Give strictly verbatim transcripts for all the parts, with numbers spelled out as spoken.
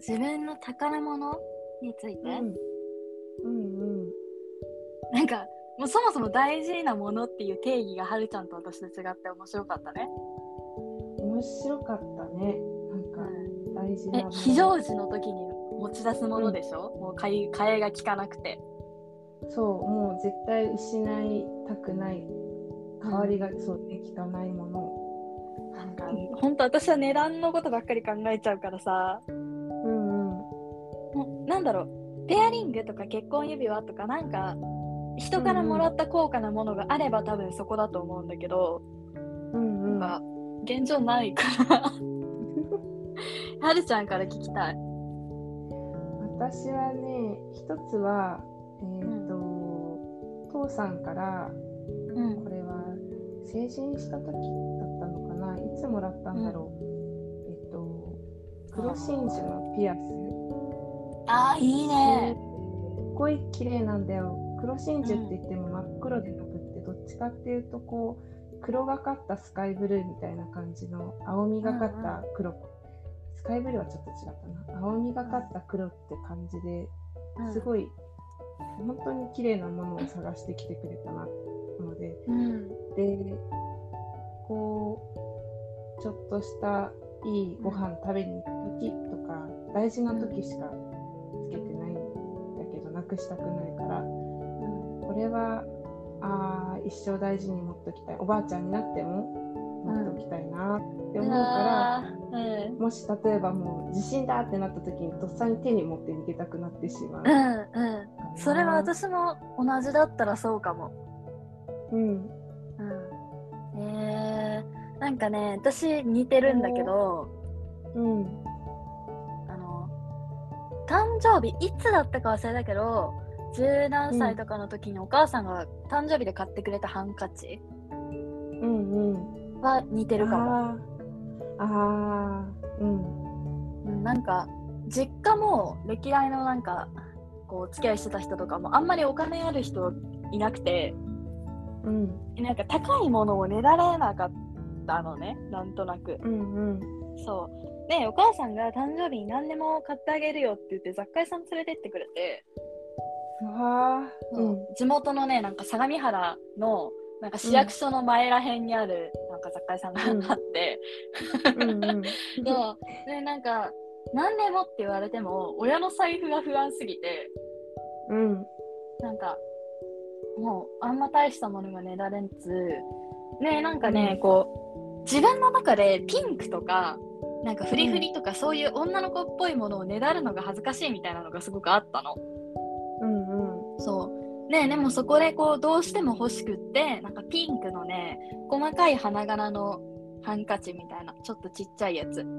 自分の宝物について、 うんうんうん、 なんかもうそもそも大事なものっていう定義がはるちゃんと私と違って面白かったね。 面白かったね。なんか大事うん、えなもの。 非常時の時に持ち出すものでしょ、うん、もう替え、替えが利かなくて。 そう、もう絶対失いたくない、代わりが、うん、そうで効かないもの。 なんか本当私は値段のことばっかり考えちゃうからさ、 うんうん、 もうなんだろう、ペアリングとか結婚指輪とかなんか人からもらった高価なものがあれば多分そこだと思うんだけど、うんうん、なんか現状ないからはるちゃんから聞きたい。 私はね、一つはえーと、うん、父さんから、うん、これは成人した時だったのかな、いつもらったんだろう、うん、えっと黒真珠のピアス。 あーいいね。 すっごい綺麗なんだよ。黒真珠って言っても真っ黒でなくって、うん、どっちかっていうとこう黒がかったスカイブルーみたいな感じの青みがかった黒、うんうん、スカイブルーはちょっと違ったな、青みがかった黒って感じで、すごい本当に綺麗なものを探してきてくれたなので、うん、でこうちょっとしたいいご飯食べに行く時とか、大事な時しかつけてないんだけどなくしたくないから、うん、これはあ一生大事に持っときたい、おばあちゃんになっても持っておきたいなって思うから、うん、もし例えばもう地震だってなった時にとっさに手に持って逃げたくなってしまう。 うんうん、それは私も同じだったらそうかも。うんうん、えー、なんかね私似てるんだけど、うん、あの誕生日いつだったか忘れたけど十何歳とかの時にお母さんが誕生日で買ってくれたハンカチは似てるかも。 ああ、うん、 なんか実家も歴代のなんかこう付き合いしてた人とかもあんまりお金ある人いなくて、うん、なんか高いものをねだれなかったのね、なんとなく、うんうん、そうでお母さんが誕生日に何でも買ってあげるよって言って雑貨屋さん連れてってくれて、 わそう、うん、地元のねなんか相模原のなんか市役所の前らへんにあるなんか雑貨屋さんが、うん、あってうんうん、そうでなんか何でもって言われても親の財布が不安すぎて、うん、なんかもうあんま大したものがねだれんつね、なんかね、うん、こう自分の中でピンクとかなんかフリフリとか、うん、そういう女の子っぽいものをねだるのが恥ずかしいみたいなのがすごくあったの。うんうん、そうね、でもそこでこうどうしても欲しくってなんかピンクのね細かい花柄のハンカチみたいなちょっとちっちゃいやつ、うん、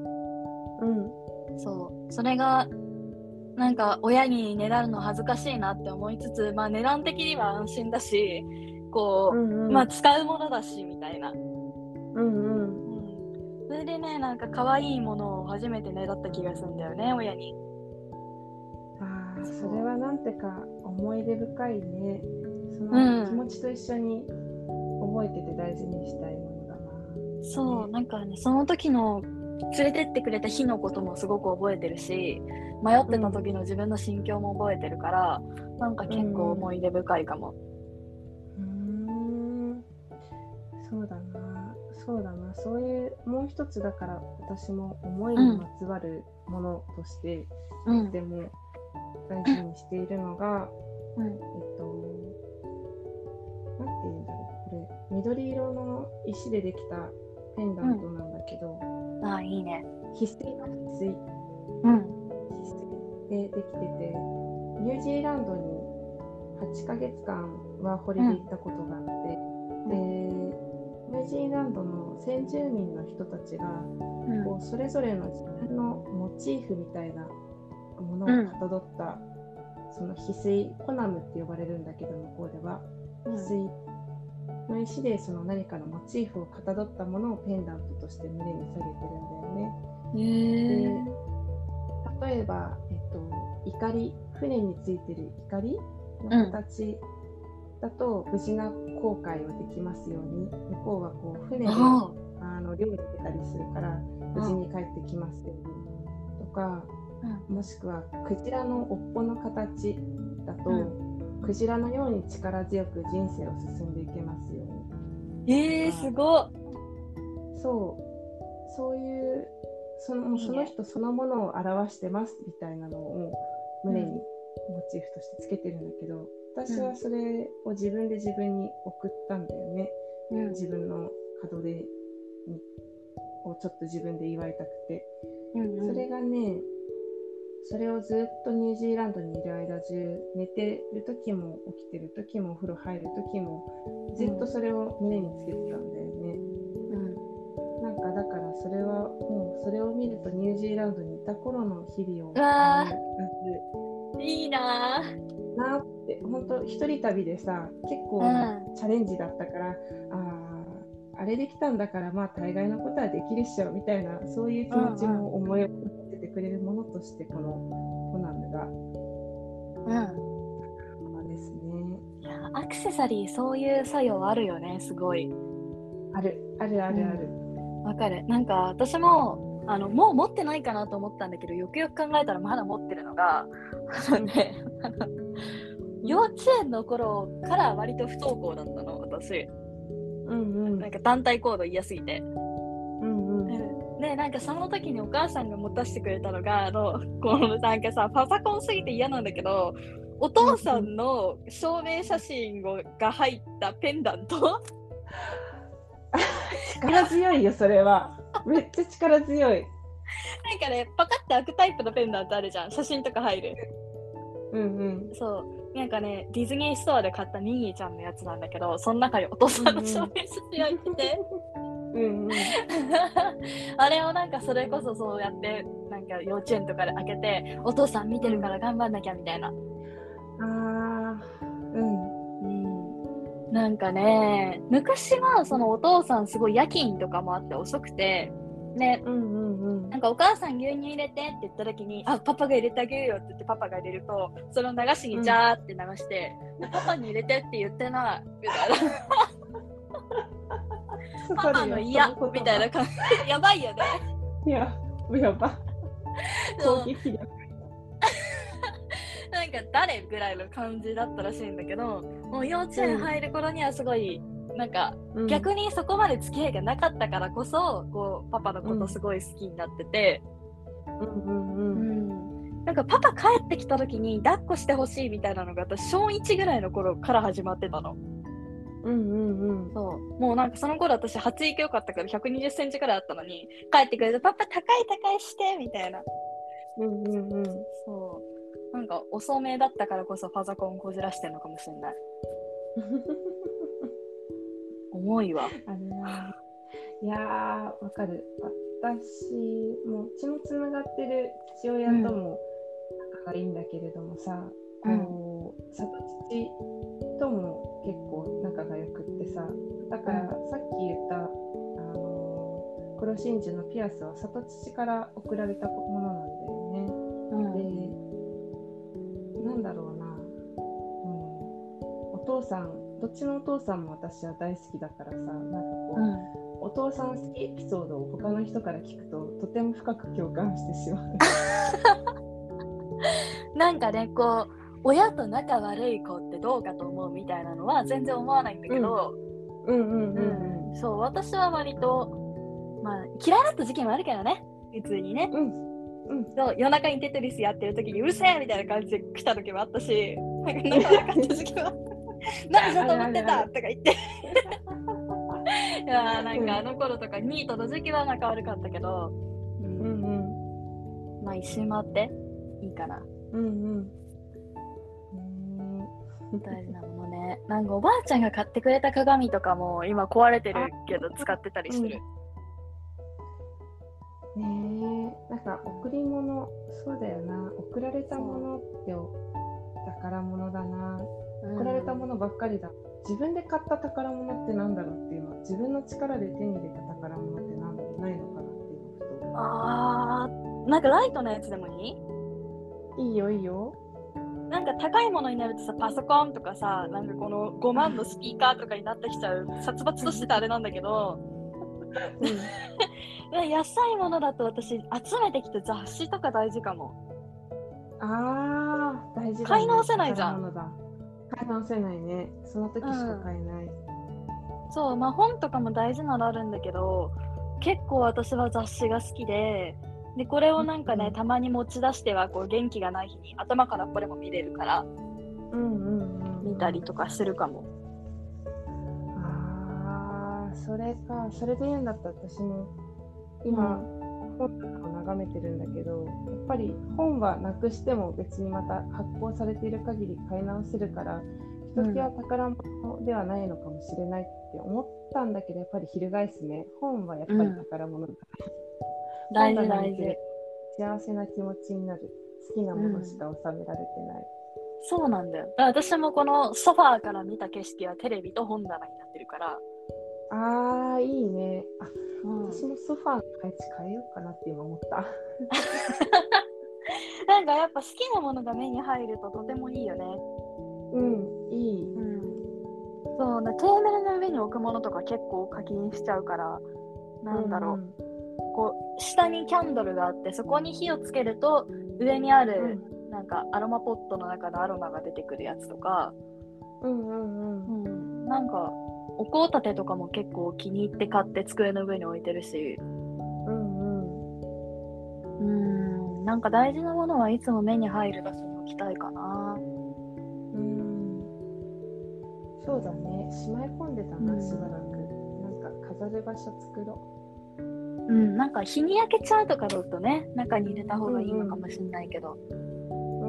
そうそれがなんか親にねだるの恥ずかしいなって思いつつ、まあ値段的には安心だしこう、うんうん、まあ使うものだしみたいな、うんうんうん、それでねなんか可愛いものを初めてねだった気がするんだよね親に。 ああ、それはなんてか思い出深いね。その気持ちと一緒に覚えてて大事にしたいものだな、 うん、そう、なんかねその時の連れてってくれた日のこともすごく覚えてるし迷ってた時の自分の心境も覚えてるから、うん、なんか結構思い出深いかも。 うーん、そうだなそうだなそういうもう一つだから私も思いにまつわるものとしてとても大事にしているのが、うん、えっとなんて言うんだろう、これ緑色の石でできたペンダントなんだけど、 うん、ああいいね、 翡翠の翡翠、うん、翡翠でできてて、ニュージーランドにはちかげつかんワーホリで行ったことがあって、うん、でニュージーランドの先住民の人たちが、うん、こうそれぞれの自分のモチーフみたいなものをかたどった、うん、その翡翠コナムって呼ばれるんだけど向こうでは翡翠の石でその何かのモチーフをかたどったものをペンダントとして胸に下げてるんだよね。へで例えば、えっと、錨、船についてる錨の形だと、無事な航海をできますように、向こうはこう船であの漁に出たりするから無事に帰ってきますようにとか、 うん、もしくはクジラの尾っぽの形だと、うん、クジラのように力強く人生を進んでいけますよ。 えー、すごっ。 そうそういうその、いいね、その人そのものを表してますみたいなのを胸にモチーフとしてつけてるんだけど、私はそれを自分で自分に送ったんだよね、うん、自分の門出をちょっと自分で祝いたくて、うんうん、それがね、それをずっとニュージーランドにいる間中、寝てる時も起きてる時もお風呂入る時もずっとそれを胸につけてたんだよね、うん、なんかだからそれはもうそれを見るとニュージーランドにいた頃の日々を思い出す。 いいななって、本当一人旅でさ、結構チャレンジだったから、うん、ああれできたんだからまあ大概のことはできるっしょみたいな、そういう気持ちも思い起こせてくれるものとしてこのコナンが、うん、ですね。 いやアクセサリーそういう作用あるよね、すごい。 あるあるあるある。 わ、うん、かる。なんか私もあのもう持ってないかなと思ったんだけど、よくよく考えたらまだ持ってるのが、あのね、幼稚園の頃から割と不登校だったの、私。うんうん、なんか団体行動嫌すぎて、うんうん、でなんかその時にお母さんが持たせてくれたのが、あのこのなんかさパソコンすぎて嫌なんだけど、お父さんの証明写真が入ったペンダント力強いよそれは。めっちゃ力強い。 なんかね、パカッて開くタイプのペンダントあるじゃん、写真とか入る。うんうん。そうなんかね、ディズニーストアで買ったミニーちゃんのやつなんだけど、その中にお父さんの証明写真入ってて、うんうん、あれをなんかそれこそそうやってなんか幼稚園とかで開けて、お父さん見てるから頑張んなきゃみたいな。あー、うん、うん、なんかね、昔はそのお父さんすごい夜勤とかもあって遅くてね、うんうんうん、なんかお母さん牛乳入れてって言った時に、あ、パパが入れてあげるよって言ってパパが入れると、その流しにジャーって流して、うん、パパに入れてって言ってないみたいなパパの嫌みたいな感じ。やばいよね。 いや、やば攻撃力なんか誰ぐらいの感じだったらしいんだけど、もう幼稚園入る頃にはすごい、うんなんか、うん、逆にそこまで付き合いがなかったからこそこうパパのことすごい好きになってて、うんうんうんうん、なんかパパ帰ってきた時に抱っこしてほしいみたいなのが私小いちぐらいの頃から始まってたの。うんうんうん、そうもうなんかその頃私発育良かったからひゃくにじゅっセンチくらいあったのに、帰ってくるとパパ高い高いしてみたいな、うんうんうん、そうなんか遅めだったからこそパソコンこじらしてるのかもしれない重いわ。 あれないやーわかる。私も血のつながってる父親とも仲がいいんだけれどもさ、うん、こう里父とも結構仲が良くってさ、だからさっき言ったあの黒真珠のピアスは里父から贈られたものなんだよね、うん、でなんだろうな、うん、お父さんどっちのお父さんも私は大好きだからさ、なんかこう、うん、お父さん好きエピソードを他の人から聞くととても深く共感してしまうなんかね、こう親と仲悪い子ってどうかと思うみたいなのは全然思わないんだけど、うんうんうんうん、うん、そう私は割とまあ嫌いだった時期もあるけどね、普通にね、うんうん、そう夜中にテトリスやってる時にうるせえみたいな感じで来た時もあったし、なんか仲悪かった時期もあった何だと思ってたとか言っていやなんかあの頃とかニートの時期は仲悪かったけど、うんうんうん、まあ一周回っていいかな。うんうん大事なものね。なんかおばあちゃんが買ってくれた鏡とかも今壊れてるけど使ってたりする。 うん、ねえ、なんか贈り物、そうだよな、贈られたものって宝物だな。贈られたものばっかりだ。自分で買った宝物ってなんだろうっていうのは、自分の力で手に入れた宝物ってなんだろうないのかなっていうのと。 あー、なんかライトのやつでもいい？いいよいいよ。 なんか高いものになるとさ、パソコンとかさ、なんかこのごまんのスピーカーとかになってきちゃう殺伐としてたあれなんだけど、うん、安いものだと私集めてきた雑誌とか大事かも。 ああ、大事だ、ね。 買い直せないじゃん。 買い直せないね。その時しか買えない。うん、 そう、まあ本とかも大事なのあるんだけど、結構私は雑誌が好きで、でこれをなんかね、うん、たまに持ち出してはこう元気がない日に頭からこれも見れるから、 うんうんうん、 見たりとかするかも。 ああ、それか。それで言うんだったら私も今、うん、本とかを眺めてるんだけど、やっぱり本はなくしても別にまた発行されている限り買い直せるから、ひときわ宝物ではないのかもしれないって思ったんだけど、やっぱり翻すね。本はやっぱり宝物だから、 うん、大事大事。 幸せな気持ちになる。好きなものしか収められてない。うん、 そうなんだよ。だから私もこのソファーから見た景色はテレビと本棚になってるから。 あー、いいね。あ、うん、私もソファーの配置変えようかなって今思った。 なんかやっぱ好きなものが目に入るととてもいいよね。 うん、いい。 うん、そうね、テーブルの上に置くものとか結構課金しちゃうから、なんだろう、うんうん、こう下にキャンドルがあってそこに火をつけると上にある、うん、なんかアロマポットの中のアロマが出てくるやつとか、 うんうんうん、 うん、なんかお香立てとかも結構気に入って買って机の上に置いてるし、 うんうん、 うん、なんか大事なものはいつも目に入る場所に置きたいかな。 うん、そうだね、しまい込んでたな、うん、しばらく。なんか飾る場所作ろう。うん、なんか日に焼けちゃうとかだとね、中に入れた方がいいのかもしれないけど、 うん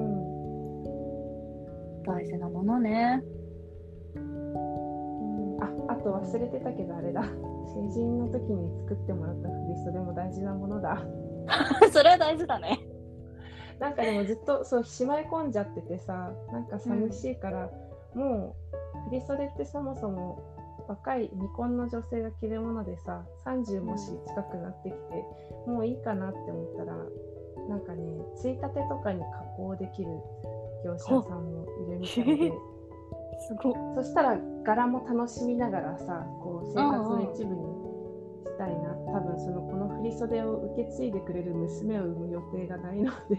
うん、大事なものね。 うん、あ、あと忘れてたけどあれだ、成人の時に作ってもらった振り袖も大事なものだ。 それは大事だね。 なんかでもずっとそうしまい込んじゃっててさ、なんか寂しいから、うん、もう振り袖ってそもそも若い未婚の女性が着るものでさ、さんじゅうもし近くなってきて、うん、もういいかなって思ったら、なんかね、ついたてとかに加工できる業者さんもいるみたいですごい。 そしたら柄も楽しみながらさ、こう生活の一部にしたいな。多分そのこの振り袖を受け継いでくれる娘を産む予定がないので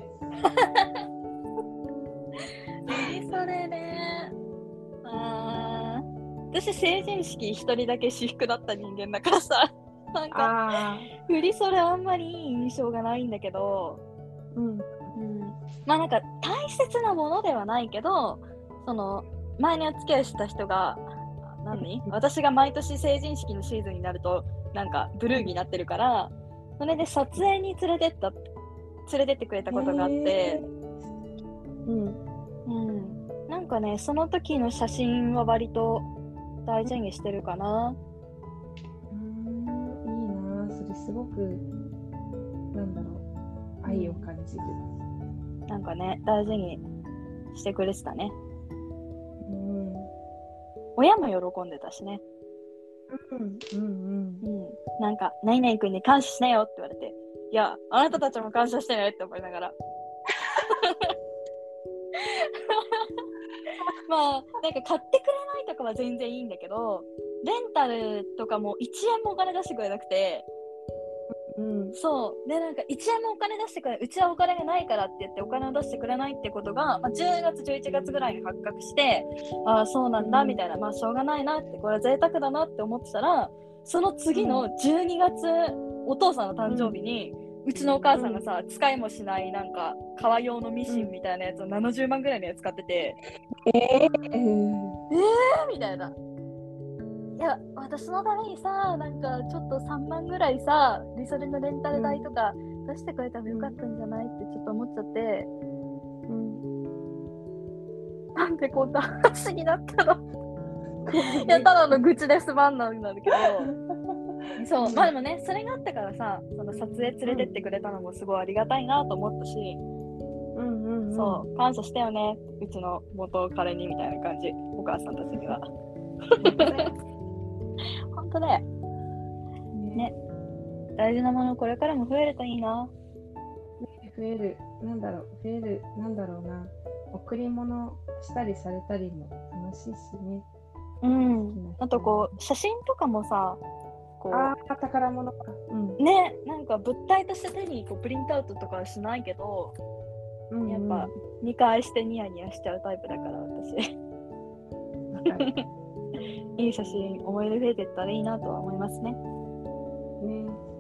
振り袖ね。あー、私成人式一人だけ私服だった人間だからさ、なんか振り袖あんまりいい印象がないんだけど、 うんうん、 まあなんか大切なものではないけど、その前にお付き合いした人が何私が毎年成人式のシーズンになるとなんかブルーになってるから、それで撮影に連れてった連れてってくれたことがあって、うんうん、なんかね、その時の写真は割と大事にしてるかな。 うん、いいな、それすごくなんだろう、愛を感じる、 うん、なんかね、大事にしてくれてたね。うん、親も喜んでたしね。 うんうんうん、 うん、なんか何々君に感謝しなよって言われて、いや、あなたたちも感謝してねって思いながらまあなんか買ってくれないとかは全然いいんだけど、レンタルとかもいちえんもお金出してくれなくて、うん、そうで、なんかいちえんもお金出してくれない、うちはお金がないからって言ってお金を出してくれないってことが、まあ、じゅうがつじゅういちがつぐらいに発覚して、ああそうなんだみたいな、まあしょうがないなって、これは贅沢だなって思ってたら、その次のじゅうにがつ、お父さんの誕生日に、うん、うちのお母さんがさ、使いもしないなんか革用のミシンみたいなやつをななじゅうまんぐらいのやつ買ってて、えー、えー、みたいな。いや、私のためにさ、なんかちょっとさんまんぐらいさ、リソレのレンタル代とか出してくれたらよかったんじゃないってちょっと思っちゃって、うん、なんでこんな話になったのいや、ただの愚痴で済まんなんだけどそう、まあでもね、それがあったからさ、その撮影連れてってくれたのもすごいありがたいなと思ったし、うんうんうん、そう、感謝したよね、うちの元彼にみたいな感じ、お母さんたちには本当だよ、ね、ね、大事なものこれからも増えるといいな。 増える、なんだろう、増える、なんだろうな、贈り物したりされたりも楽しいしね。 うん、あとこう写真とかもさ、 こうあー宝物か、 うん、ね、なんか物体として手にこうプリントアウトとかはしないけど、うんうん、やっぱ見返してニヤニヤしちゃうタイプだから私いい写真思い出増えてったらいいなとは思いますね。 ね。